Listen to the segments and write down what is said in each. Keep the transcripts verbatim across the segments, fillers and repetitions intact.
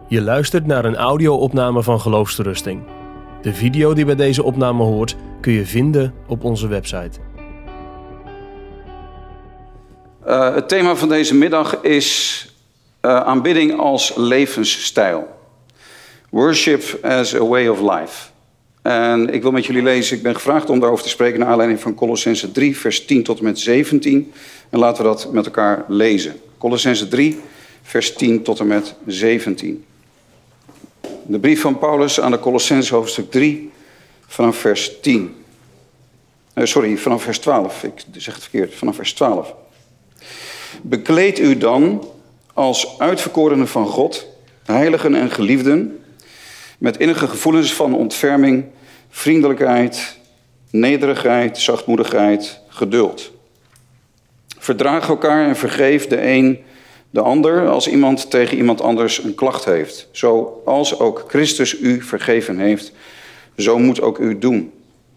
Je luistert naar een audio-opname van Geloofsterusting. De video die bij deze opname hoort kun je vinden op onze website. Uh, het thema van deze middag is uh, aanbidding als levensstijl. Worship as a way of life. En ik wil met jullie lezen, ik ben gevraagd om daarover te spreken naar aanleiding van Colossenzen drie, vers tien tot en met zeventien. En laten we dat met elkaar lezen. Colossenzen drie, vers tien tot en met zeventien. De brief van Paulus aan de Colossenzen, hoofdstuk drie, vanaf vers tien. Uh, sorry, vanaf vers twaalf. Ik zeg het verkeerd, vanaf vers twaalf. Bekleed u dan als uitverkorenen van God, heiligen en geliefden, met innige gevoelens van ontferming, vriendelijkheid, nederigheid, zachtmoedigheid, geduld. Verdraag elkaar en vergeef de een de ander als iemand tegen iemand anders een klacht heeft. Zoals ook Christus u vergeven heeft, zo moet ook u doen.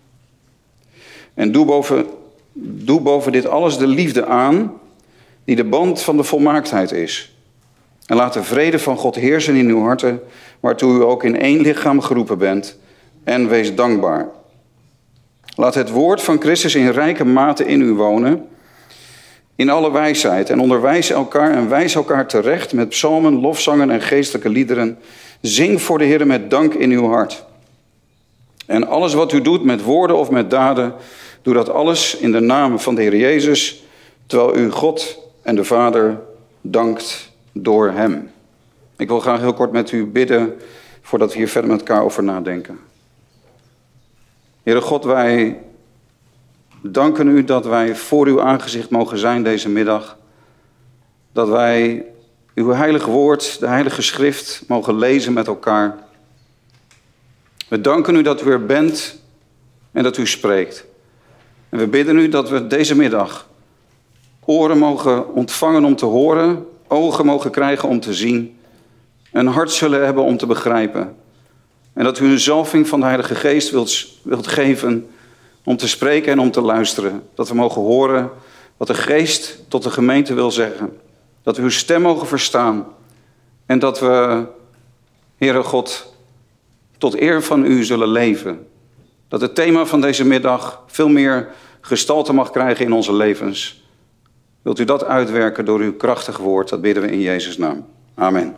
En doe boven, doe boven dit alles de liefde aan, die de band van de volmaaktheid is. En laat de vrede van God heersen in uw harten, waartoe u ook in één lichaam geroepen bent, en wees dankbaar. Laat het woord van Christus in rijke mate in u wonen, in alle wijsheid, en onderwijs elkaar en wijs elkaar terecht met psalmen, lofzangen en geestelijke liederen. Zing voor de Heer met dank in uw hart. En alles wat u doet met woorden of met daden, doe dat alles in de naam van de Heer Jezus, terwijl u God en de Vader dankt door hem. Ik wil graag heel kort met u bidden voordat we hier verder met elkaar over nadenken. Heere God, wij danken u dat wij voor uw aangezicht mogen zijn deze middag. Dat wij uw heilige woord, de heilige schrift, mogen lezen met elkaar. We danken u dat u er bent en dat u spreekt. En we bidden u dat we deze middag oren mogen ontvangen om te horen, ogen mogen krijgen om te zien, een hart zullen hebben om te begrijpen. En dat u een zalving van de Heilige Geest wilt, wilt geven om te spreken en om te luisteren. Dat we mogen horen wat de Geest tot de gemeente wil zeggen. Dat we uw stem mogen verstaan. En dat we, Heere God, tot eer van u zullen leven. Dat het thema van deze middag veel meer gestalte mag krijgen in onze levens. Wilt u dat uitwerken door uw krachtig woord? Dat bidden we in Jezus' naam. Amen.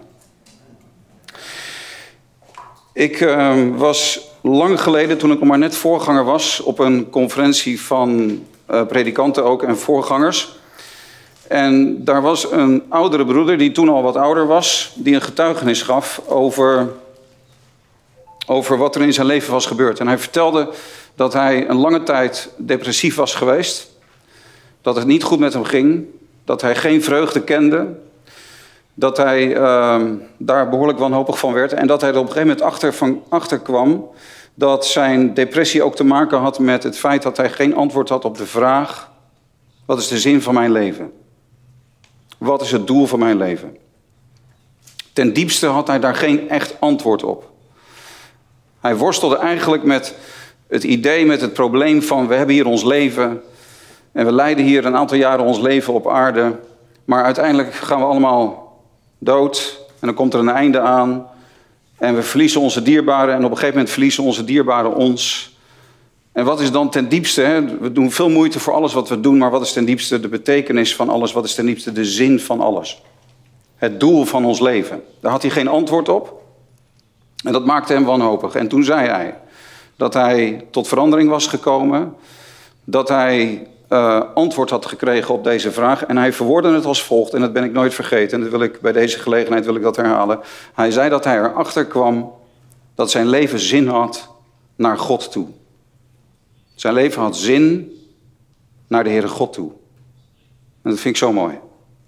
Ik uh, was lang geleden, toen ik nog maar net voorganger was, op een conferentie van uh, predikanten ook en voorgangers. En daar was een oudere broeder, die toen al wat ouder was, die een getuigenis gaf over, over wat er in zijn leven was gebeurd. En hij vertelde dat hij een lange tijd depressief was geweest. Dat het niet goed met hem ging. Dat hij geen vreugde kende. Dat hij uh, daar behoorlijk wanhopig van werd. En dat hij er op een gegeven moment achter, van, achter kwam dat zijn depressie ook te maken had met het feit dat hij geen antwoord had op de vraag: wat is de zin van mijn leven? Wat is het doel van mijn leven? Ten diepste had hij daar geen echt antwoord op. Hij worstelde eigenlijk met het idee, met het probleem van: we hebben hier ons leven en we leiden hier een aantal jaren ons leven op aarde, maar uiteindelijk gaan we allemaal dood en dan komt er een einde aan en we verliezen onze dierbaren en op een gegeven moment verliezen onze dierbaren ons. En wat is dan ten diepste, hè? We doen veel moeite voor alles wat we doen, maar wat is ten diepste de betekenis van alles? Wat is ten diepste de zin van alles? Het doel van ons leven. Daar had hij geen antwoord op en dat maakte hem wanhopig. En toen zei hij dat hij tot verandering was gekomen, dat hij Uh, antwoord had gekregen op deze vraag. En hij verwoordde het als volgt, en dat ben ik nooit vergeten. En dat wil ik, bij deze gelegenheid wil ik dat herhalen. Hij zei dat hij erachter kwam dat zijn leven zin had naar God toe. Zijn leven had zin naar de Heere God toe. En dat vind ik zo mooi.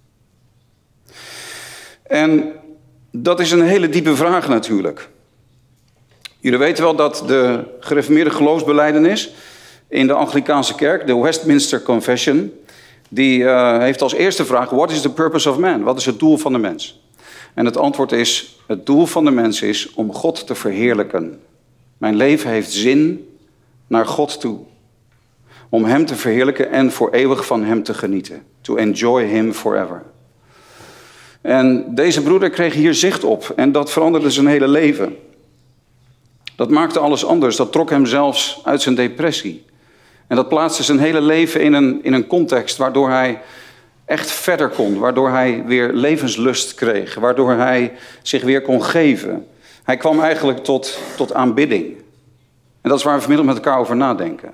En dat is een hele diepe vraag natuurlijk. Jullie weten wel dat de gereformeerde geloofsbelijdenis in de Anglikaanse kerk, de Westminster Confession, die uh, heeft als eerste vraag: what is the purpose of man? Wat is het doel van de mens? En het antwoord is: het doel van de mens is om God te verheerlijken. Mijn leven heeft zin naar God toe. Om hem te verheerlijken en voor eeuwig van hem te genieten. To enjoy him forever. En deze broeder kreeg hier zicht op en dat veranderde zijn hele leven. Dat maakte alles anders, dat trok hem zelfs uit zijn depressie. En dat plaatste zijn hele leven in een, in een context waardoor hij echt verder kon. Waardoor hij weer levenslust kreeg, waardoor hij zich weer kon geven. Hij kwam eigenlijk tot, tot aanbidding. En dat is waar we vanmiddag met elkaar over nadenken.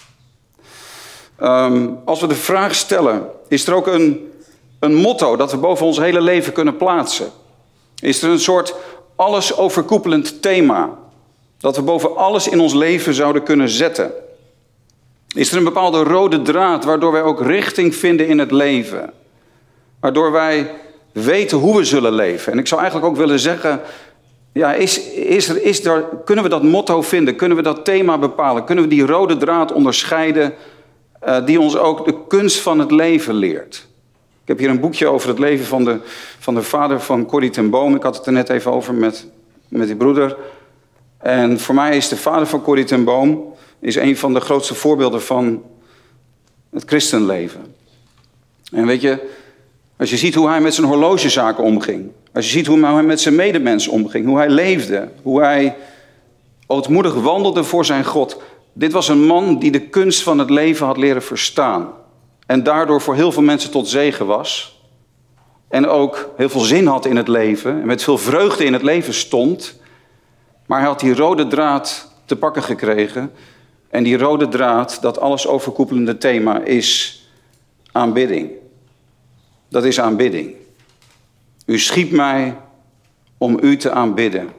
Um, als we de vraag stellen, is er ook een, een motto dat we boven ons hele leven kunnen plaatsen? Is er een soort alles overkoepelend thema dat we boven alles in ons leven zouden kunnen zetten? Is er een bepaalde rode draad waardoor wij ook richting vinden in het leven? Waardoor wij weten hoe we zullen leven? En ik zou eigenlijk ook willen zeggen, ja, is, is er, is er, kunnen we dat motto vinden? Kunnen we dat thema bepalen? Kunnen we die rode draad onderscheiden uh, die ons ook de kunst van het leven leert? Ik heb hier een boekje over het leven van de, van de vader van Corrie ten Boom. Ik had het er net even over met, met die broeder. En voor mij is de vader van Corrie ten Boom is een van de grootste voorbeelden van het christenleven. En weet je, als je ziet hoe hij met zijn horlogezaken omging, als je ziet hoe hij met zijn medemens omging, hoe hij leefde, hoe hij ootmoedig wandelde voor zijn God. Dit was een man die de kunst van het leven had leren verstaan. En daardoor voor heel veel mensen tot zegen was. En ook heel veel zin had in het leven. En met veel vreugde in het leven stond. Maar hij had die rode draad te pakken gekregen. En die rode draad, dat alles overkoepelende thema, is aanbidding. Dat is aanbidding. U schiep mij om u te aanbidden.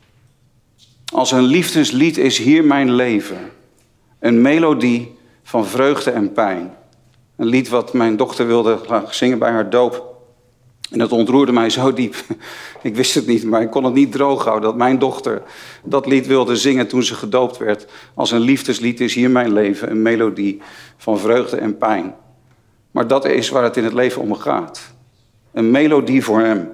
Als een liefdeslied is hier mijn leven. Een melodie van vreugde en pijn. Een lied wat mijn dochter wilde graag zingen bij haar doop. En dat ontroerde mij zo diep. Ik wist het niet, maar ik kon het niet droog houden dat mijn dochter dat lied wilde zingen toen ze gedoopt werd. Als een liefdeslied is hier mijn leven, een melodie van vreugde en pijn. Maar dat is waar het in het leven om gaat. Een melodie voor hem.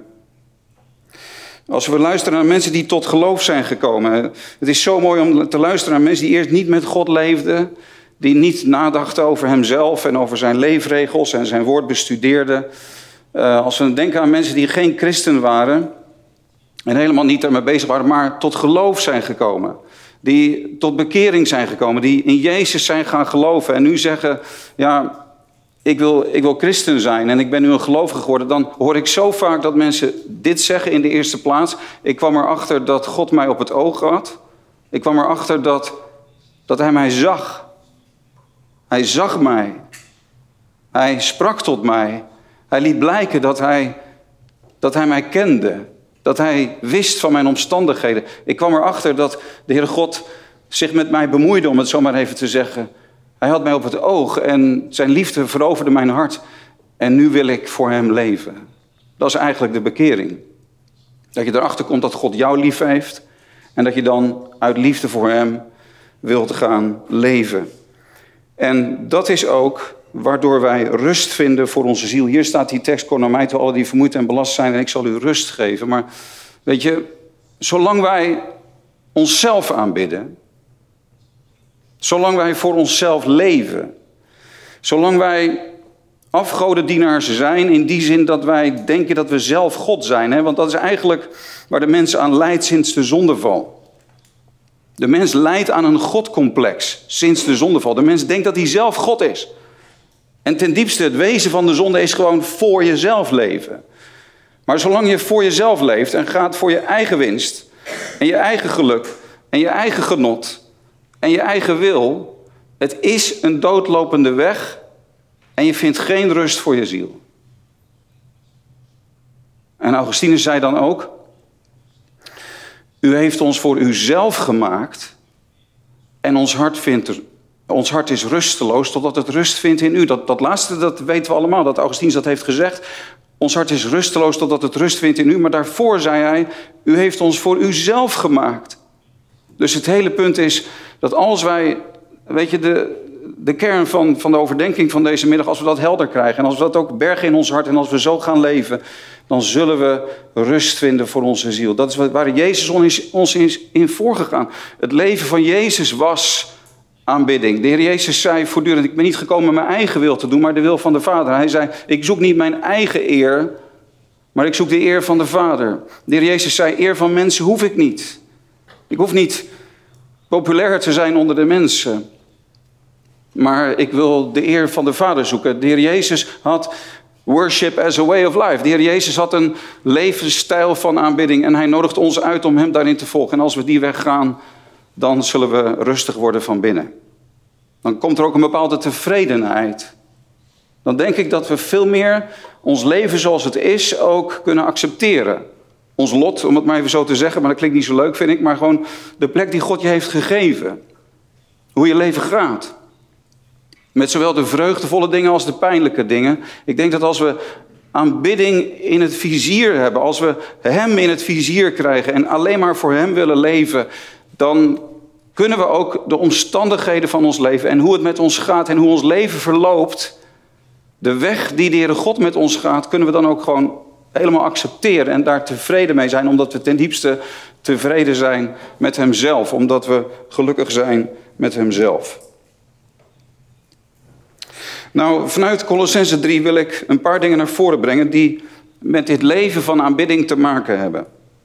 Als we luisteren naar mensen die tot geloof zijn gekomen. Het is zo mooi om te luisteren naar mensen die eerst niet met God leefden. Die niet nadachten over hemzelf en over zijn leefregels en zijn woord bestudeerden. Uh, als we denken aan mensen die geen christen waren en helemaal niet daarmee bezig waren, maar tot geloof zijn gekomen. Die tot bekering zijn gekomen, die in Jezus zijn gaan geloven en nu zeggen, ja, ik wil, ik wil christen zijn en ik ben nu een gelovige geworden. Dan hoor ik zo vaak dat mensen dit zeggen in de eerste plaats. Ik kwam erachter dat God mij op het oog had. Ik kwam erachter dat, dat hij mij zag. Hij zag mij. Hij sprak tot mij. Hij liet blijken dat hij, dat hij mij kende. Dat hij wist van mijn omstandigheden. Ik kwam erachter dat de Heere God zich met mij bemoeide, om het zo maar even te zeggen. Hij had mij op het oog en zijn liefde veroverde mijn hart. En nu wil ik voor hem leven. Dat is eigenlijk de bekering. Dat je erachter komt dat God jou lief heeft. En dat je dan uit liefde voor hem wilt gaan leven. En dat is ook waardoor wij rust vinden voor onze ziel. Hier staat die tekst, kom naar mij toe, alle die vermoeid en belast zijn en ik zal u rust geven. Maar weet je, zolang wij onszelf aanbidden, zolang wij voor onszelf leven, zolang wij afgodendienaars zijn, in die zin dat wij denken dat we zelf God zijn. Hè? Want dat is eigenlijk waar de mens aan lijdt sinds de zondeval. De mens lijdt aan een godcomplex sinds de zondeval. De mens denkt dat hij zelf God is. En ten diepste, het wezen van de zonde is gewoon voor jezelf leven. Maar zolang je voor jezelf leeft en gaat voor je eigen winst en je eigen geluk en je eigen genot en je eigen wil, het is een doodlopende weg en je vindt geen rust voor je ziel. En Augustinus zei dan ook, u heeft ons voor uzelf gemaakt en ons hart vindt er Ons hart is rusteloos totdat het rust vindt in u. Dat, dat laatste, dat weten we allemaal, dat Augustinus dat heeft gezegd. Ons hart is rusteloos totdat het rust vindt in u. Maar daarvoor zei hij, u heeft ons voor uzelf gemaakt. Dus het hele punt is dat als wij, weet je, de, de kern van, van de overdenking van deze middag, als we dat helder krijgen en als we dat ook bergen in ons hart en als we zo gaan leven, dan zullen we rust vinden voor onze ziel. Dat is waar Jezus ons, ons is in voorgegaan. Het leven van Jezus was aanbidding. De Heer Jezus zei voortdurend, ik ben niet gekomen mijn eigen wil te doen, maar de wil van de Vader. Hij zei, ik zoek niet mijn eigen eer, Maar ik zoek de eer van de Vader. De Heer Jezus zei, eer van mensen hoef ik niet. Ik hoef niet populair te zijn onder de mensen. Maar ik wil de eer van de Vader zoeken. De Heer Jezus had worship as a way of life. De Heer Jezus had een levensstijl van aanbidding. En hij nodigt ons uit om hem daarin te volgen. En als we die weg gaan, dan zullen we rustig worden van binnen. Dan komt er ook een bepaalde tevredenheid. Dan denk ik dat we veel meer ons leven zoals het is ook kunnen accepteren. Ons lot, om het maar even zo te zeggen, maar dat klinkt niet zo leuk vind ik. Maar gewoon de plek die God je heeft gegeven. Hoe je leven gaat. Met zowel de vreugdevolle dingen als de pijnlijke dingen. Ik denk dat als we aanbidding in het vizier hebben. Als we hem in het vizier krijgen en alleen maar voor hem willen leven. Dan kunnen we ook de omstandigheden van ons leven en hoe het met ons gaat en hoe ons leven verloopt. De weg die de Heere God met ons gaat, kunnen we dan ook gewoon helemaal accepteren en daar tevreden mee zijn. Omdat we ten diepste tevreden zijn met hemzelf. Omdat we gelukkig zijn met hemzelf. Nou, vanuit Kolossenzen drie wil ik een paar dingen naar voren brengen die met dit leven van aanbidding te maken hebben.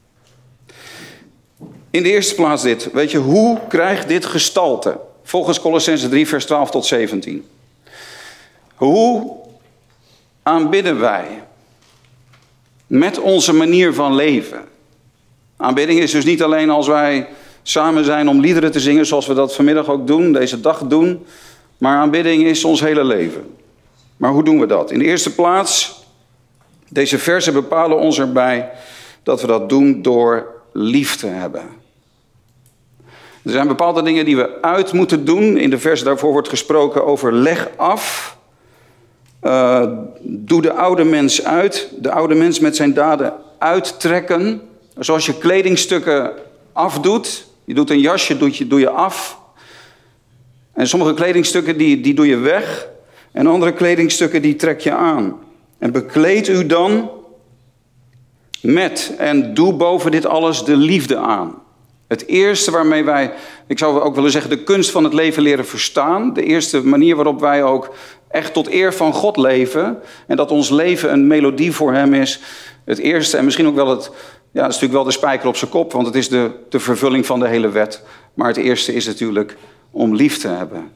In de eerste plaats dit. Weet je, hoe krijgt dit gestalte? Volgens Kolossenzen drie, vers twaalf tot zeventien. Hoe aanbidden wij? Met onze manier van leven. Aanbidding is dus niet alleen als wij samen zijn om liederen te zingen, zoals we dat vanmiddag ook doen, deze dag doen. Maar aanbidding is ons hele leven. Maar hoe doen we dat? In de eerste plaats, deze versen bepalen ons erbij dat we dat doen door lief te hebben. Er zijn bepaalde dingen die we uit moeten doen. In de versen daarvoor wordt gesproken over leg af. Uh, doe de oude mens uit. De oude mens met zijn daden uittrekken. Zoals je kledingstukken afdoet. Je doet een jasje, doe je, doe je af. En sommige kledingstukken die, die doe je weg. En andere kledingstukken die trek je aan. En bekleed u dan met en doe boven dit alles de liefde aan. Het eerste waarmee wij, ik zou ook willen zeggen, de kunst van het leven leren verstaan. De eerste manier waarop wij ook echt tot eer van God leven. En dat ons leven een melodie voor hem is. Het eerste en misschien ook wel het, ja, dat is natuurlijk wel de spijker op zijn kop. Want het is de, de vervulling van de hele wet. Maar het eerste is natuurlijk om lief te hebben.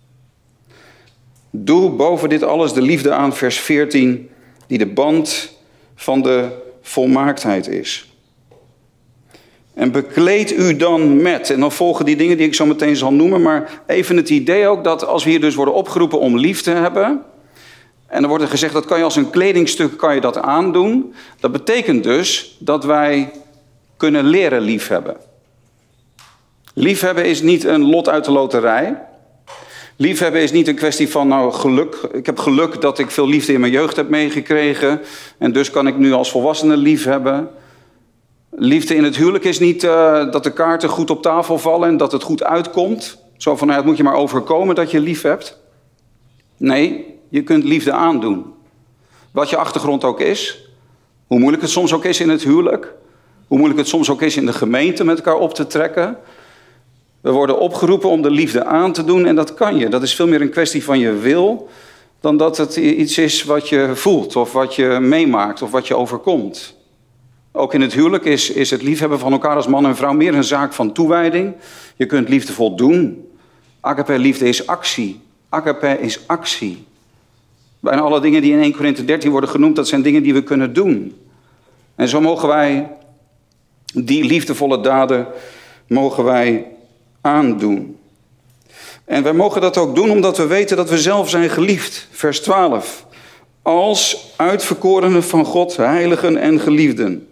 Doe boven dit alles de liefde aan, vers veertien, die de band van de volmaaktheid is. En bekleed u dan met, en dan volgen die dingen die ik zo meteen zal noemen, maar even het idee ook dat als we hier dus worden opgeroepen om lief te hebben, en dan wordt er gezegd dat kan je als een kledingstuk kan je dat aandoen, dat betekent dus dat wij kunnen leren liefhebben. Liefhebben is niet een lot uit de loterij. Liefhebben is niet een kwestie van nou geluk. Ik heb geluk dat ik veel liefde in mijn jeugd heb meegekregen. En dus kan ik nu als volwassene liefhebben. Liefde in het huwelijk is niet uh, dat de kaarten goed op tafel vallen en dat het goed uitkomt. Zo van, nou, het moet je maar overkomen dat je lief hebt. Nee, je kunt liefde aandoen. Wat je achtergrond ook is. Hoe moeilijk het soms ook is in het huwelijk. Hoe moeilijk het soms ook is in de gemeente met elkaar op te trekken. We worden opgeroepen om de liefde aan te doen en dat kan je. Dat is veel meer een kwestie van je wil dan dat het iets is wat je voelt of wat je meemaakt of wat je overkomt. Ook in het huwelijk is, is het liefhebben van elkaar als man en vrouw meer een zaak van toewijding. Je kunt liefdevol doen. Agape liefde is actie. Agape is actie. Bijna alle dingen die in eerste Korinthe dertien worden genoemd, dat zijn dingen die we kunnen doen. En zo mogen wij die liefdevolle daden mogen wij aandoen. En wij mogen dat ook doen omdat we weten dat we zelf zijn geliefd. Vers twaalf. Als uitverkorenen van God, heiligen en geliefden.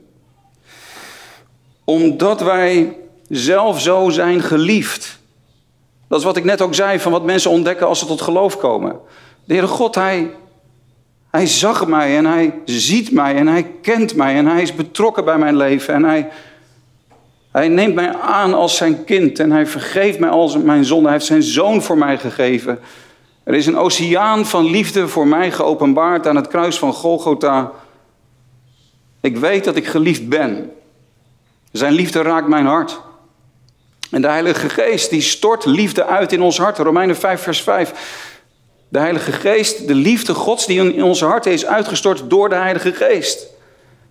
Omdat wij zelf zo zijn geliefd. Dat is wat ik net ook zei van wat mensen ontdekken als ze tot geloof komen. De Heere God, hij, hij zag mij en hij ziet mij en hij kent mij en hij is betrokken bij mijn leven. En hij, hij neemt mij aan als zijn kind en hij vergeeft mij al mijn zonde. Hij heeft zijn zoon voor mij gegeven. Er is een oceaan van liefde voor mij geopenbaard aan het kruis van Golgotha. Ik weet dat ik geliefd ben. Zijn liefde raakt mijn hart. En de Heilige Geest die stort liefde uit in ons hart. Romeinen vijf vers vijf. De Heilige Geest, de liefde Gods die in onze harten is uitgestort door de Heilige Geest.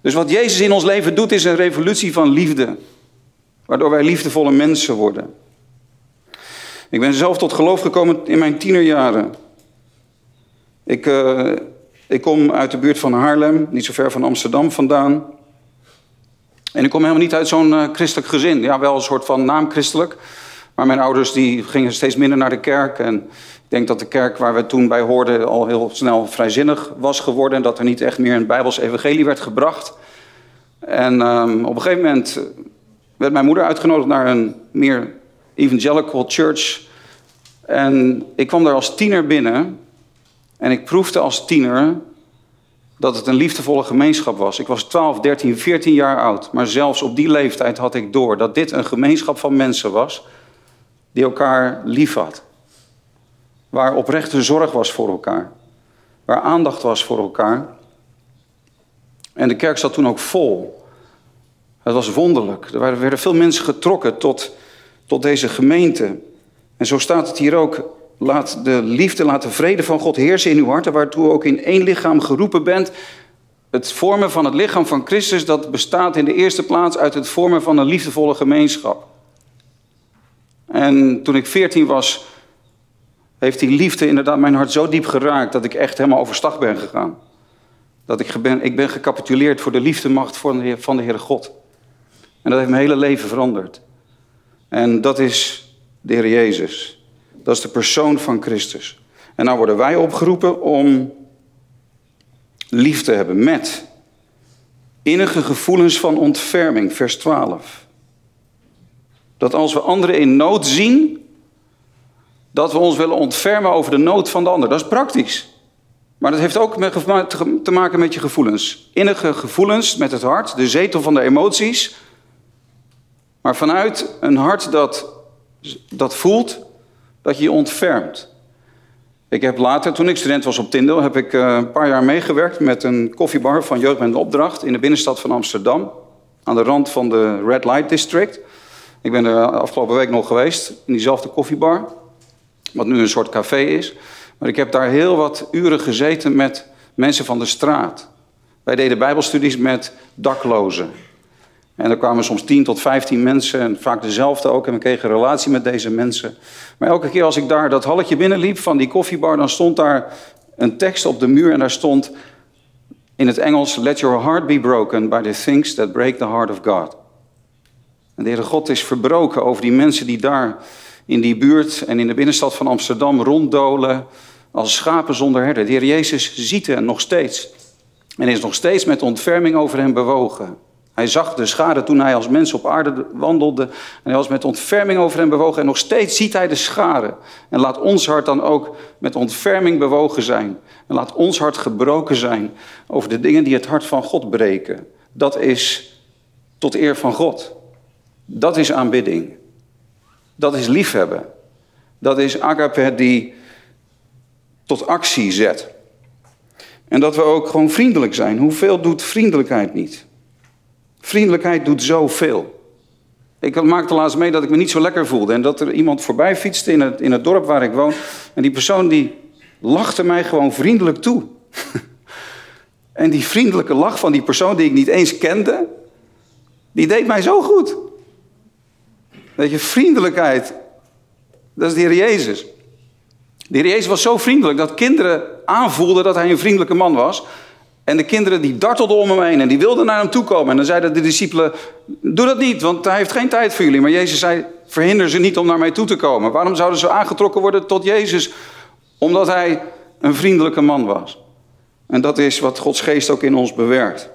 Dus wat Jezus in ons leven doet, is een revolutie van liefde. Waardoor wij liefdevolle mensen worden. Ik ben zelf tot geloof gekomen in mijn tienerjaren. Ik, uh, ik kom uit de buurt van Haarlem, niet zo ver van Amsterdam vandaan. En ik kom helemaal niet uit zo'n uh, christelijk gezin. Ja, wel een soort van naamchristelijk. Maar mijn ouders die gingen steeds minder naar de kerk. En ik denk dat de kerk waar we toen bij hoorden al heel snel vrijzinnig was geworden. En dat er niet echt meer een Bijbels evangelie werd gebracht. En um, op een gegeven moment werd mijn moeder uitgenodigd naar een meer evangelical church. En ik kwam daar als tiener binnen. En ik proefde als tiener dat het een liefdevolle gemeenschap was. Ik was twaalf, dertien, veertien jaar oud. Maar zelfs op die leeftijd had ik door dat dit een gemeenschap van mensen was die elkaar lief had. Waar oprechte zorg was voor elkaar. Waar aandacht was voor elkaar. En de kerk zat toen ook vol. Het was wonderlijk. Er werden veel mensen getrokken tot, tot deze gemeente. En zo staat het hier ook. Laat de liefde, laat de vrede van God heersen in uw harten, waartoe ook in één lichaam geroepen bent. Het vormen van het lichaam van Christus, dat bestaat in de eerste plaats uit het vormen van een liefdevolle gemeenschap. En toen ik veertien was, heeft die liefde inderdaad mijn hart zo diep geraakt dat ik echt helemaal overstag ben gegaan. Dat ik ben, ik ben gecapituleerd voor de liefdemacht van de, van de Heere God. En dat heeft mijn hele leven veranderd. En dat is de Heer Jezus. Dat is de persoon van Christus. En nou worden wij opgeroepen om lief te hebben met innige gevoelens van ontferming, vers twaalf. Dat als we anderen in nood zien, dat we ons willen ontfermen over de nood van de ander. Dat is praktisch. Maar dat heeft ook met, te maken met je gevoelens. Innige gevoelens met het hart, de zetel van de emoties. Maar vanuit een hart dat, dat voelt dat je je ontfermt. Ik heb later, toen ik student was op Tindel, heb ik uh, een paar jaar meegewerkt met een koffiebar van Jeugd met een Opdracht in de binnenstad van Amsterdam. Aan de rand van de Red Light District. Ik ben er afgelopen week nog geweest, in diezelfde koffiebar. Wat nu een soort café is. Maar ik heb daar heel wat uren gezeten met mensen van de straat. Wij deden bijbelstudies met daklozen. En er kwamen soms tien tot vijftien mensen, en vaak dezelfde ook. En we kregen een relatie met deze mensen. Maar elke keer als ik daar dat halletje binnenliep van die koffiebar, dan stond daar een tekst op de muur en daar stond in het Engels: Let your heart be broken by the things that break the heart of God. En de Heere God is verbroken over die mensen die daar in die buurt en in de binnenstad van Amsterdam ronddolen als schapen zonder herder. De Heer Jezus ziet hen nog steeds. En is nog steeds met ontferming over hen bewogen. Hij zag de schade toen hij als mens op aarde wandelde. En hij was met ontferming over hen bewogen. En nog steeds ziet hij de schade. En laat ons hart dan ook met ontferming bewogen zijn. En laat ons hart gebroken zijn over de dingen die het hart van God breken. Dat is tot eer van God. Dat is aanbidding. Dat is liefhebben. Dat is agape die tot actie zet. En dat we ook gewoon vriendelijk zijn. Hoeveel doet vriendelijkheid niet? Vriendelijkheid doet zoveel. Ik maakte laatst mee dat ik me niet zo lekker voelde. En dat er iemand voorbij fietste in het, in het dorp waar ik woon. En die persoon die lachte mij gewoon vriendelijk toe. En die vriendelijke lach van die persoon die ik niet eens kende, die deed mij zo goed. Weet je, vriendelijkheid, dat is de Heer Jezus. De Heer Jezus was zo vriendelijk dat kinderen aanvoelden dat hij een vriendelijke man was. En de kinderen die dartelden om hem heen en die wilden naar hem toe komen. En dan zeiden de discipelen: doe dat niet, want hij heeft geen tijd voor jullie. Maar Jezus zei: verhinder ze niet om naar mij toe te komen. Waarom zouden ze aangetrokken worden tot Jezus? Omdat hij een vriendelijke man was. En dat is wat Gods geest ook in ons bewerkt.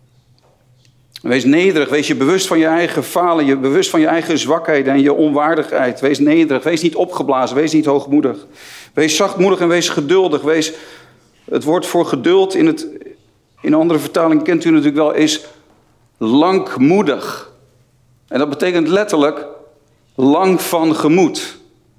Wees nederig, wees je bewust van je eigen falen, je bewust van je eigen zwakheden en je onwaardigheid. Wees nederig, wees niet opgeblazen, wees niet hoogmoedig. Wees zachtmoedig en wees geduldig. Wees, het woord voor geduld in, het, in een andere vertaling kent u natuurlijk wel, is langmoedig. En dat betekent letterlijk lang van gemoed.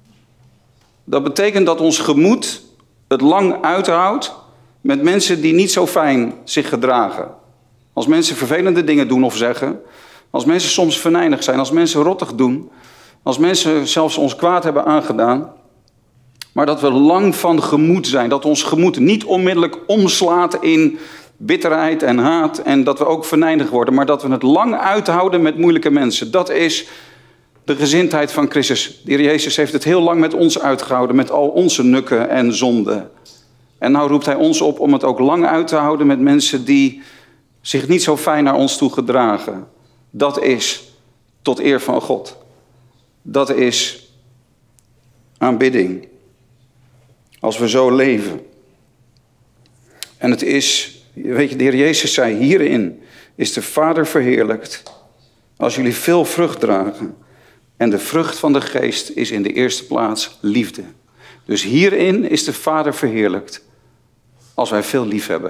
Dat betekent dat ons gemoed het lang uithoudt met mensen die niet zo fijn zich gedragen. Als mensen vervelende dingen doen of zeggen. Als mensen soms venijnig zijn. Als mensen rottig doen. Als mensen zelfs ons kwaad hebben aangedaan. Maar dat we lang van gemoed zijn. Dat ons gemoed niet onmiddellijk omslaat in bitterheid en haat en dat we ook venijnig worden, maar dat we het lang uithouden met moeilijke mensen. Dat is de gezindheid van Christus. De Heer Jezus heeft het heel lang met ons uitgehouden, met al onze nukken en zonden. En nou roept hij ons op om het ook lang uit te houden met mensen die zich niet zo fijn naar ons toe gedragen. Dat is tot eer van God. Dat is aanbidding. Als we zo leven. En het is, weet je, de Heer Jezus zei, hierin is de Vader verheerlijkt als jullie veel vrucht dragen. En de vrucht van de geest is in de eerste plaats liefde. Dus hierin is de Vader verheerlijkt als wij veel lief hebben.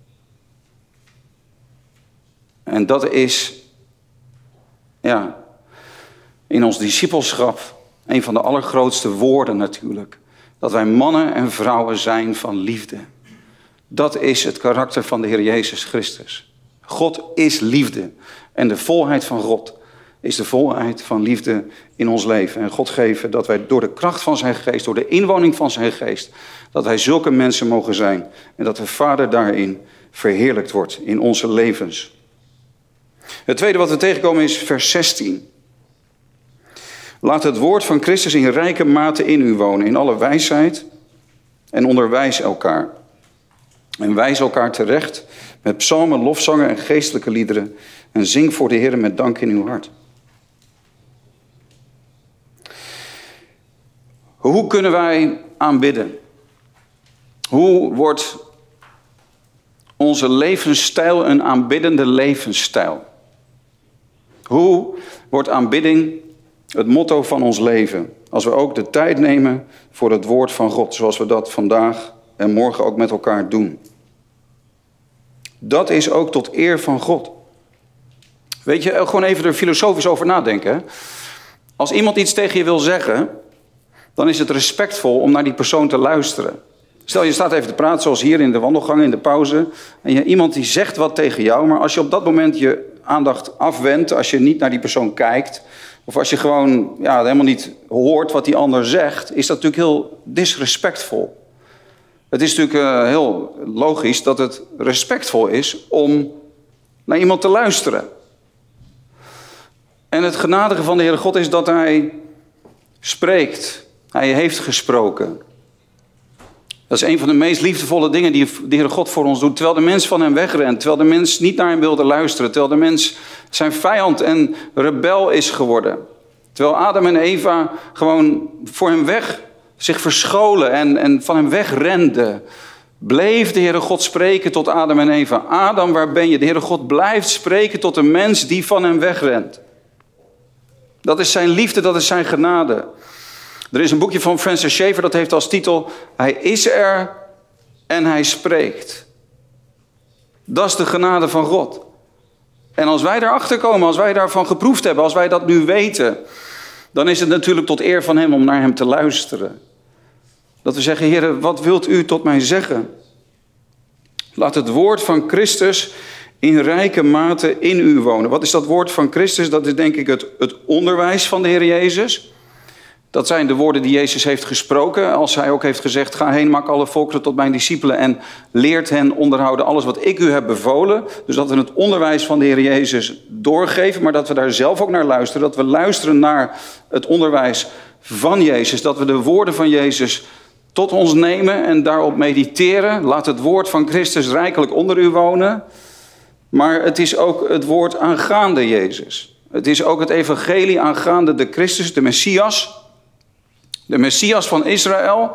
En dat is, ja, in ons discipelschap een van de allergrootste woorden natuurlijk. Dat wij mannen en vrouwen zijn van liefde. Dat is het karakter van de Heer Jezus Christus. God is liefde. En de volheid van God is de volheid van liefde in ons leven. En God geven dat wij door de kracht van zijn geest, door de inwoning van zijn geest, dat wij zulke mensen mogen zijn. En dat de Vader daarin verheerlijkt wordt in onze levens. Het tweede wat we tegenkomen is vers zestien. Laat het woord van Christus in rijke mate in u wonen, in alle wijsheid, en onderwijs elkaar. En wijs elkaar terecht met psalmen, lofzangen en geestelijke liederen. En zing voor de Heer met dank in uw hart. Hoe kunnen wij aanbidden? Hoe wordt onze levensstijl een aanbiddende levensstijl? Hoe wordt aanbidding het motto van ons leven? Als we ook de tijd nemen voor het woord van God, zoals we dat vandaag en morgen ook met elkaar doen. Dat is ook tot eer van God. Weet je, gewoon even er filosofisch over nadenken. Hè? Als iemand iets tegen je wil zeggen, dan is het respectvol om naar die persoon te luisteren. Stel, je staat even te praten, zoals hier in de wandelgang, in de pauze. En je, iemand die zegt wat tegen jou, maar als je op dat moment je aandacht afwendt, als je niet naar die persoon kijkt, of als je gewoon ja, helemaal niet hoort wat die ander zegt, is dat natuurlijk heel disrespectvol. Het is natuurlijk uh, heel logisch dat het respectvol is om naar iemand te luisteren. En het genadige van de Heere God is dat hij spreekt. Hij heeft gesproken. Dat is een van de meest liefdevolle dingen die de Heere God voor ons doet. Terwijl de mens van hem wegrent. Terwijl de mens niet naar hem wilde luisteren. Terwijl de mens zijn vijand en rebel is geworden. Terwijl Adam en Eva gewoon voor hem weg zich verscholen en, en van hem wegrenden. Bleef de Heere God spreken tot Adam en Eva. Adam, waar ben je? De Heere God blijft spreken tot een mens die van hem wegrent. Dat is zijn liefde, dat is zijn genade. Er is een boekje van Francis Schaeffer, dat heeft als titel: Hij is er en hij spreekt. Dat is de genade van God. En als wij daarachter komen, als wij daarvan geproefd hebben, als wij dat nu weten, dan is het natuurlijk tot eer van hem om naar hem te luisteren. Dat we zeggen: Heer, wat wilt u tot mij zeggen? Laat het woord van Christus in rijke mate in u wonen. Wat is dat woord van Christus? Dat is denk ik het, het onderwijs van de Heer Jezus. Dat zijn de woorden die Jezus heeft gesproken. Als hij ook heeft gezegd: ga heen, maak alle volkeren tot mijn discipelen en leert hen onderhouden alles wat ik u heb bevolen. Dus dat we het onderwijs van de Heer Jezus doorgeven, maar dat we daar zelf ook naar luisteren. Dat we luisteren naar het onderwijs van Jezus. Dat we de woorden van Jezus tot ons nemen en daarop mediteren. Laat het woord van Christus rijkelijk onder u wonen. Maar het is ook het woord aangaande Jezus. Het is ook het evangelie aangaande de Christus, de Messias. De Messias van Israël.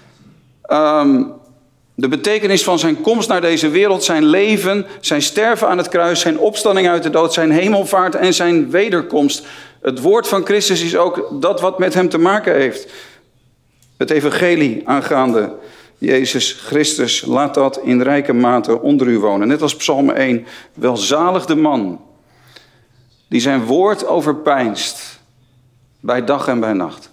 Um, de betekenis van zijn komst naar deze wereld, zijn leven, zijn sterven aan het kruis, zijn opstanding uit de dood, zijn hemelvaart en zijn wederkomst. Het woord van Christus is ook dat wat met hem te maken heeft. Het evangelie aangaande Jezus Christus, laat dat in rijke mate onder u wonen. Net als Psalm één, welzalig de man die zijn woord overpeinst bij dag en bij nacht.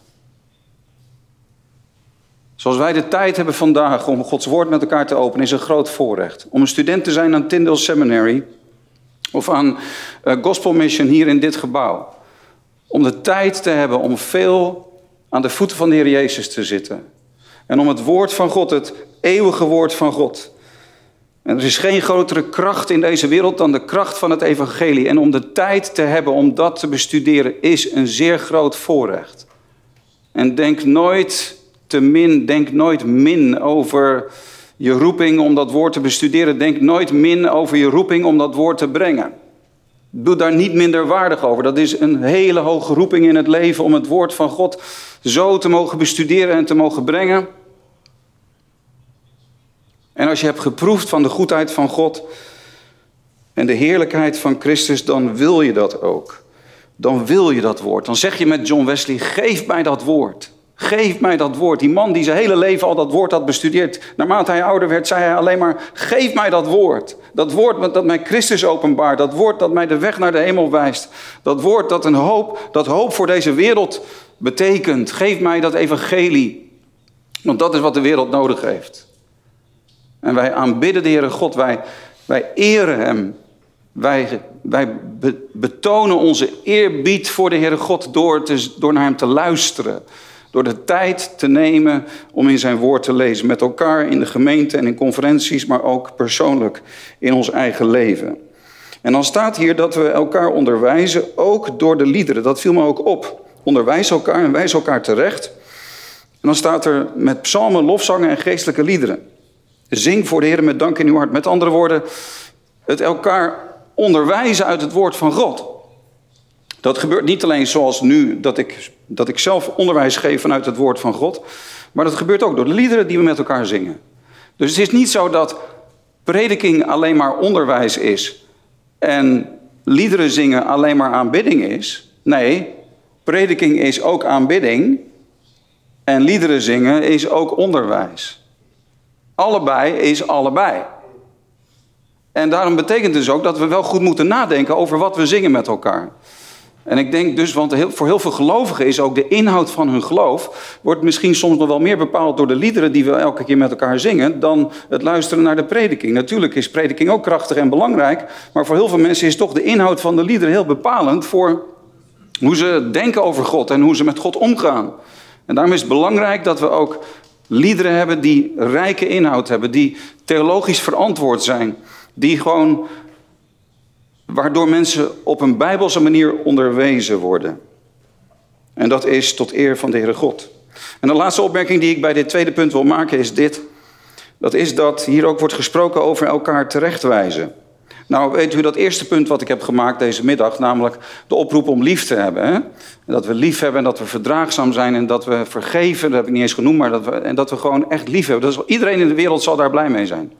Zoals wij de tijd hebben vandaag om Gods woord met elkaar te openen, is een groot voorrecht. Om een student te zijn aan Tyndale Seminary of aan uh, Gospel Mission hier in dit gebouw. Om de tijd te hebben om veel aan de voeten van de Heer Jezus te zitten. En om het woord van God, het eeuwige woord van God, En er is geen grotere kracht in deze wereld dan de kracht van het evangelie. En om de tijd te hebben om dat te bestuderen is een zeer groot voorrecht. En denk nooit te min, denk nooit min over je roeping om dat woord te bestuderen. Denk nooit min over je roeping om dat woord te brengen. Doe daar niet minder waardig over. Dat is een hele hoge roeping in het leven om het woord van God zo te mogen bestuderen en te mogen brengen. En als je hebt geproefd van de goedheid van God en de heerlijkheid van Christus, dan wil je dat ook. Dan wil je dat woord. Dan zeg je met John Wesley, geef mij dat woord. Geef mij dat woord. Die man die zijn hele leven al dat woord had bestudeerd. Naarmate hij ouder werd, zei hij alleen maar, geef mij dat woord. Dat woord dat mij Christus openbaart. Dat woord dat mij de weg naar de hemel wijst. Dat woord dat een hoop, dat hoop voor deze wereld betekent. Geef mij dat evangelie. Want dat is wat de wereld nodig heeft. En wij aanbidden de Heere God. Wij, wij eren hem. Wij, wij be, betonen onze eerbied voor de Heere God door, te, door naar hem te luisteren. Door de tijd te nemen om in zijn woord te lezen. Met elkaar in de gemeente en in conferenties, maar ook persoonlijk in ons eigen leven. En dan staat hier dat we elkaar onderwijzen, ook door de liederen. Dat viel me ook op. Onderwijs elkaar en wijs elkaar terecht. En dan staat er met psalmen, lofzangen en geestelijke liederen. Zing voor de Heer met dank in uw hart. Met andere woorden, het elkaar onderwijzen uit het woord van God. Dat gebeurt niet alleen zoals nu, dat ik, dat ik zelf onderwijs geef vanuit het woord van God. Maar dat gebeurt ook door de liederen die we met elkaar zingen. Dus het is niet zo dat prediking alleen maar onderwijs is. En liederen zingen alleen maar aanbidding is. Nee, prediking is ook aanbidding. En liederen zingen is ook onderwijs. Allebei is allebei. En daarom betekent dus ook dat we wel goed moeten nadenken over wat we zingen met elkaar. En ik denk dus, want voor heel veel gelovigen is ook de inhoud van hun geloof, wordt misschien soms nog wel meer bepaald door de liederen die we elke keer met elkaar zingen, dan het luisteren naar de prediking. Natuurlijk is prediking ook krachtig en belangrijk, maar voor heel veel mensen is toch de inhoud van de liederen heel bepalend voor hoe ze denken over God en hoe ze met God omgaan. En daarom is het belangrijk dat we ook liederen hebben die rijke inhoud hebben, die theologisch verantwoord zijn, die gewoon, waardoor mensen op een bijbelse manier onderwezen worden. En dat is tot eer van de Heere God. En de laatste opmerking die ik bij dit tweede punt wil maken is dit. Dat is dat hier ook wordt gesproken over elkaar terechtwijzen. Nou, weet u dat eerste punt wat ik heb gemaakt deze middag, namelijk de oproep om lief te hebben. Hè? Dat we lief hebben en dat we verdraagzaam zijn en dat we vergeven, dat heb ik niet eens genoemd, maar dat we, en dat we gewoon echt lief hebben. Dat is, iedereen in de wereld zal daar blij mee zijn.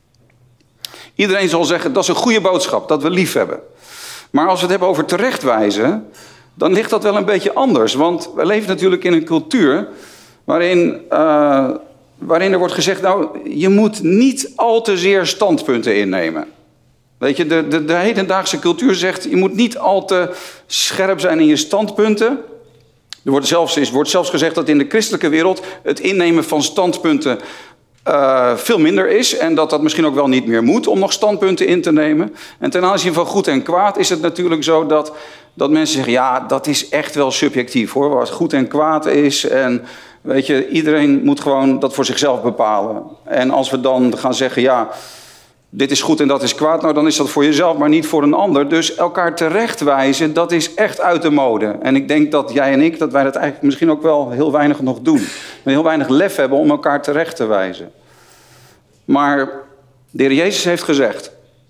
Iedereen zal zeggen, dat is een goede boodschap, dat we lief hebben. Maar als we het hebben over terechtwijzen, dan ligt dat wel een beetje anders. Want we leven natuurlijk in een cultuur waarin, uh, waarin er wordt gezegd, nou, je moet niet al te zeer standpunten innemen. Weet je, de, de, de hedendaagse cultuur zegt, je moet niet al te scherp zijn in je standpunten. Er wordt zelfs, er wordt zelfs gezegd dat in de christelijke wereld het innemen van standpunten Uh, veel minder is en dat dat misschien ook wel niet meer moet om nog standpunten in te nemen. En ten aanzien van goed en kwaad is het natuurlijk zo dat, dat mensen zeggen, ja, dat is echt wel subjectief hoor, wat goed en kwaad is. En weet je, iedereen moet gewoon dat voor zichzelf bepalen. En als we dan gaan zeggen, ja, dit is goed en dat is kwaad, nou dan is dat voor jezelf, maar niet voor een ander. Dus elkaar terechtwijzen, dat is echt uit de mode. En ik denk dat jij en ik, dat wij dat eigenlijk misschien ook wel heel weinig nog doen. We heel weinig lef hebben om elkaar terecht te wijzen. Maar de Heer Jezus heeft gezegd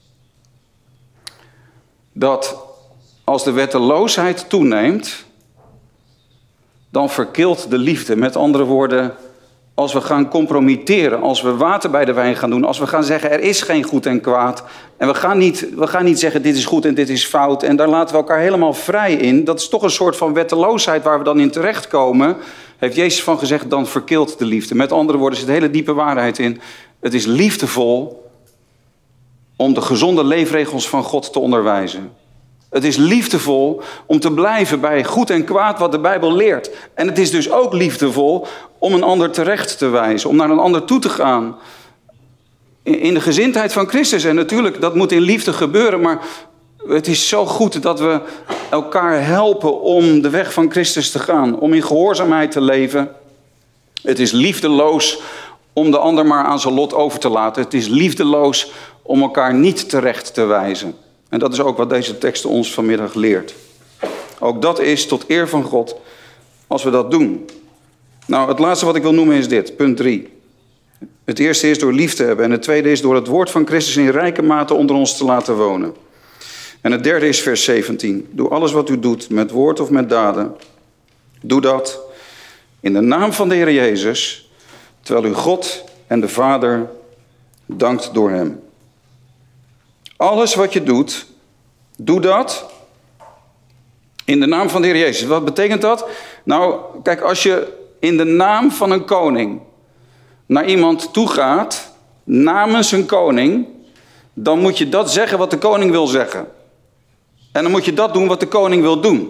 dat als de wetteloosheid toeneemt, dan verkilt de liefde. Met andere woorden, als we gaan compromitteren, als we water bij de wijn gaan doen, als we gaan zeggen er is geen goed en kwaad. En we gaan niet, we gaan niet zeggen dit is goed en dit is fout. En daar laten we elkaar helemaal vrij in. Dat is toch een soort van wetteloosheid waar we dan in terechtkomen. Heeft Jezus van gezegd, dan verkilt de liefde. Met andere woorden, er zit hele diepe waarheid in. Het is liefdevol om de gezonde leefregels van God te onderwijzen. Het is liefdevol om te blijven bij goed en kwaad wat de Bijbel leert. En het is dus ook liefdevol om een ander terecht te wijzen, om naar een ander toe te gaan. In de gezindheid van Christus. En natuurlijk, dat moet in liefde gebeuren, maar het is zo goed dat we elkaar helpen om de weg van Christus te gaan. Om in gehoorzaamheid te leven. Het is liefdeloos om de ander maar aan zijn lot over te laten. Het is liefdeloos om elkaar niet terecht te wijzen. En dat is ook wat deze tekst ons vanmiddag leert. Ook dat is tot eer van God als we dat doen. Nou, het laatste wat ik wil noemen is dit, punt drie. Het eerste is door lief te hebben. En het tweede is door het woord van Christus in rijke mate onder ons te laten wonen. En het derde is vers zeventien. Doe alles wat u doet, met woord of met daden. Doe dat in de naam van de Heer Jezus, terwijl u God en de Vader dankt door hem. Alles wat je doet, doe dat in de naam van de Heer Jezus. Wat betekent dat? Nou, kijk, als je in de naam van een koning naar iemand toe gaat, namens een koning, dan moet je dat zeggen wat de koning wil zeggen. En dan moet je dat doen wat de koning wil doen.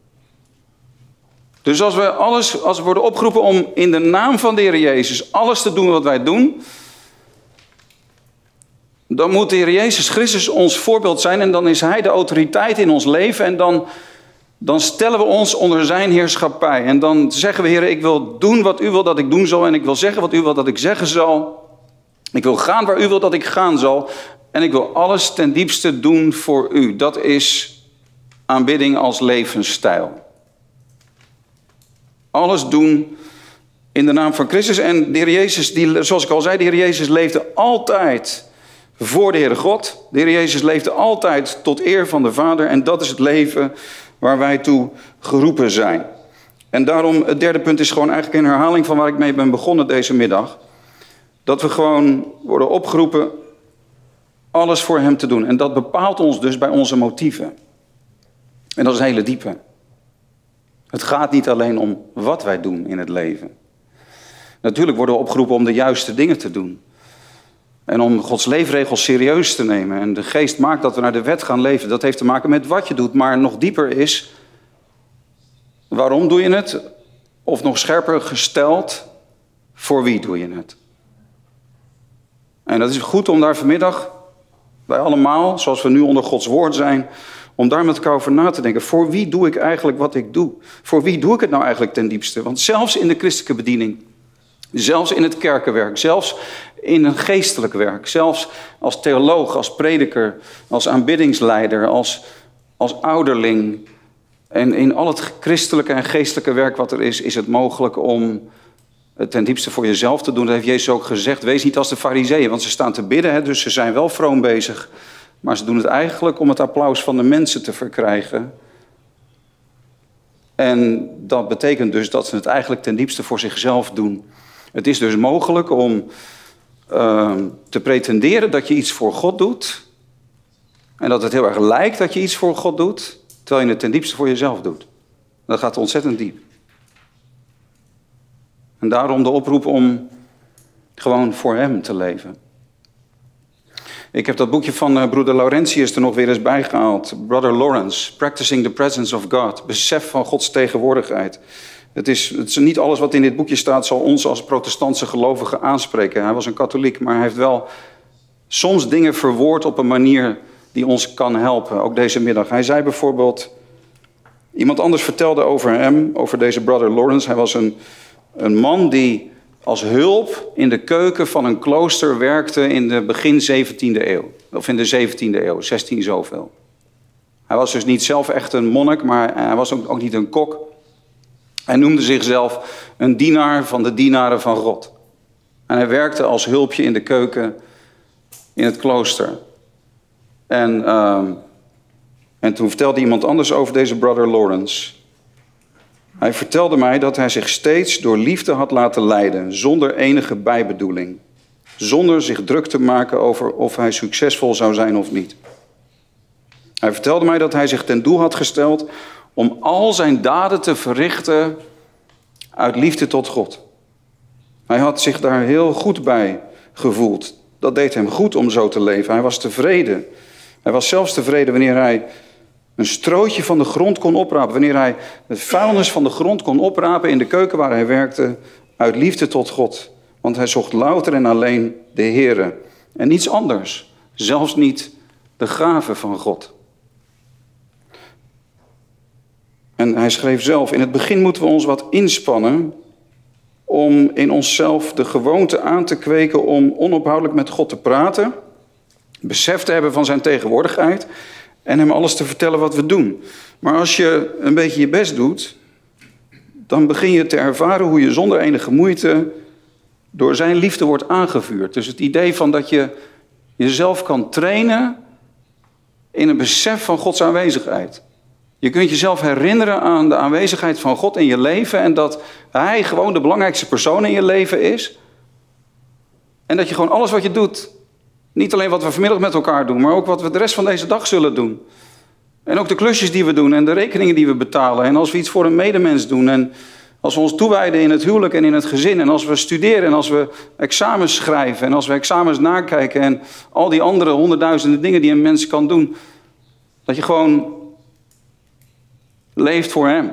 Dus als we, alles, als we worden opgeroepen om in de naam van de Heer Jezus alles te doen wat wij doen, dan moet de Heer Jezus Christus ons voorbeeld zijn en dan is Hij de autoriteit in ons leven en dan, dan stellen we ons onder zijn heerschappij. En dan zeggen we, Heer, ik wil doen wat u wil dat ik doen zal en ik wil zeggen wat u wil dat ik zeggen zal. Ik wil gaan waar u wil dat ik gaan zal en ik wil alles ten diepste doen voor u. Dat is aanbidding als levensstijl. Alles doen in de naam van Christus. En de Heer Jezus, die, zoals ik al zei, de Heer Jezus leefde altijd voor de Heere God. De Heer Jezus leefde altijd tot eer van de Vader. En dat is het leven waar wij toe geroepen zijn. En daarom, het derde punt is gewoon eigenlijk een herhaling van waar ik mee ben begonnen deze middag. Dat we gewoon worden opgeroepen alles voor hem te doen. En dat bepaalt ons dus bij onze motieven. En dat is een hele diepe. Het gaat niet alleen om wat wij doen in het leven. Natuurlijk worden we opgeroepen om de juiste dingen te doen. En om Gods leefregels serieus te nemen. En de geest maakt dat we naar de wet gaan leven. Dat heeft te maken met wat je doet. Maar nog dieper is, waarom doe je het? Of nog scherper gesteld, voor wie doe je het? En dat is goed om daar vanmiddag, wij allemaal, zoals we nu onder Gods woord zijn, om daar met elkaar over na te denken. Voor wie doe ik eigenlijk wat ik doe? Voor wie doe ik het nou eigenlijk ten diepste? Want zelfs in de christelijke bediening, zelfs in het kerkenwerk, zelfs in een geestelijk werk, zelfs als theoloog, als prediker, als aanbiddingsleider, als, als ouderling, en in al het christelijke en geestelijke werk wat er is, is het mogelijk om het ten diepste voor jezelf te doen. Dat heeft Jezus ook gezegd. Wees niet als de farizeeën, want ze staan te bidden, hè, dus ze zijn wel vroom bezig. Maar ze doen het eigenlijk om het applaus van de mensen te verkrijgen. En dat betekent dus dat ze het eigenlijk ten diepste voor zichzelf doen. Het is dus mogelijk om uh, te pretenderen dat je iets voor God doet. En dat het heel erg lijkt dat je iets voor God doet, terwijl je het ten diepste voor jezelf doet. Dat gaat ontzettend diep. En daarom de oproep om gewoon voor hem te leven. Ik heb dat boekje van uh, broeder Laurentius er nog weer eens bijgehaald. Brother Lawrence, Practicing the Presence of God. Besef van Gods tegenwoordigheid. Het is, het is niet alles wat in dit boekje staat zal ons als protestantse gelovigen aanspreken. Hij was een katholiek, maar hij heeft wel soms dingen verwoord op een manier die ons kan helpen. Ook deze middag. Hij zei bijvoorbeeld, iemand anders vertelde over hem, over deze brother Lawrence. Hij was een, een man die als hulp in de keuken van een klooster werkte in de begin zeventiende eeuw. Of in de zeventiende eeuw, zestien zoveel. Hij was dus niet zelf echt een monnik, maar hij was ook, ook niet een kok. Hij noemde zichzelf een dienaar van de dienaren van God. En hij werkte als hulpje in de keuken in het klooster. En, uh, en toen vertelde iemand anders over deze brother Lawrence. Hij vertelde mij dat hij zich steeds door liefde had laten leiden, zonder enige bijbedoeling. Zonder zich druk te maken over of hij succesvol zou zijn of niet. Hij vertelde mij dat hij zich ten doel had gesteld om al zijn daden te verrichten uit liefde tot God. Hij had zich daar heel goed bij gevoeld. Dat deed hem goed om zo te leven. Hij was tevreden. Hij was zelfs tevreden wanneer hij een strootje van de grond kon oprapen. Wanneer hij het vuilnis van de grond kon oprapen in de keuken waar hij werkte, uit liefde tot God. Want hij zocht louter en alleen de Heere. En niets anders. Zelfs niet de gave van God. En hij schreef zelf, in het begin moeten we ons wat inspannen. om in onszelf de gewoonte aan te kweken om onophoudelijk met God te praten, besef te hebben van zijn tegenwoordigheid en hem alles te vertellen wat we doen. Maar als je een beetje je best doet, dan begin je te ervaren hoe je zonder enige moeite door zijn liefde wordt aangevuurd. Dus het idee van dat je jezelf kan trainen in een besef van Gods aanwezigheid. Je kunt jezelf herinneren aan de aanwezigheid van God in je leven en dat hij gewoon de belangrijkste persoon in je leven is. En dat je gewoon alles wat je doet, niet alleen wat we vanmiddag met elkaar doen, maar ook wat we de rest van deze dag zullen doen. En ook de klusjes die we doen en de rekeningen die we betalen. En als we iets voor een medemens doen en als we ons toewijden in het huwelijk en in het gezin. En als we studeren en als we examens schrijven en als we examens nakijken. En al die andere honderdduizenden dingen die een mens kan doen. Dat je gewoon leeft voor hem.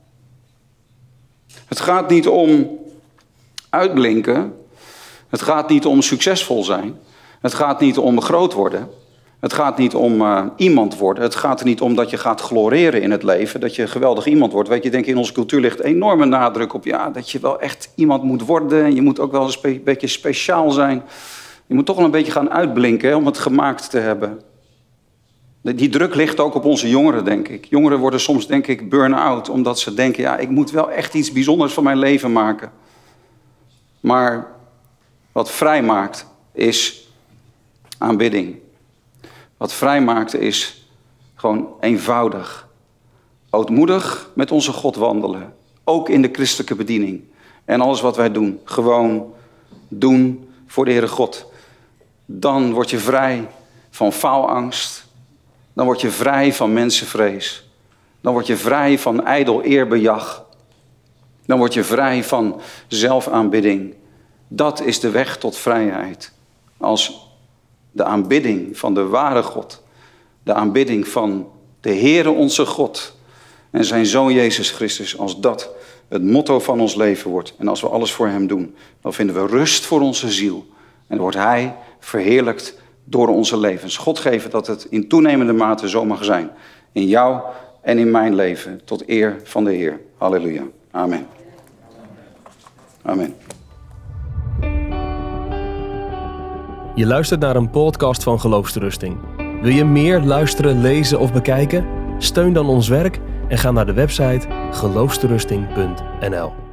Het gaat niet om uitblinken. Het gaat niet om succesvol zijn. Het gaat niet om groot worden. Het gaat niet om uh, iemand worden. Het gaat er niet om dat je gaat gloreren in het leven. Dat je een geweldig iemand wordt. Weet je, denk in onze cultuur ligt enorme nadruk op ja, dat je wel echt iemand moet worden. Je moet ook wel een spe- beetje speciaal zijn. Je moet toch wel een beetje gaan uitblinken hè, om het gemaakt te hebben. Die druk ligt ook op onze jongeren, denk ik. Jongeren worden soms, denk ik, burn-out. Omdat ze denken, ja, ik moet wel echt iets bijzonders van mijn leven maken. Maar wat vrij maakt, is aanbidding. Wat vrij maakt, is gewoon eenvoudig. Ootmoedig met onze God wandelen. Ook in de christelijke bediening. En alles wat wij doen, gewoon doen voor de Heere God. Dan word je vrij van faalangst. Dan word je vrij van mensenvrees. Dan word je vrij van ijdel eerbejag. Dan word je vrij van zelfaanbidding. Dat is de weg tot vrijheid. Als de aanbidding van de ware God. De aanbidding van de Heere onze God. En zijn Zoon Jezus Christus. Als dat het motto van ons leven wordt. En als we alles voor hem doen. Dan vinden we rust voor onze ziel. En dan wordt hij verheerlijkt door onze levens. God geven dat het in toenemende mate zo mag zijn. In jou en in mijn leven. Tot eer van de Heer. Halleluja. Amen. Amen. Je luistert naar een podcast van Geloofsterusting. Wil je meer luisteren, lezen of bekijken? Steun dan ons werk en ga naar de website geloofsterusting punt n l.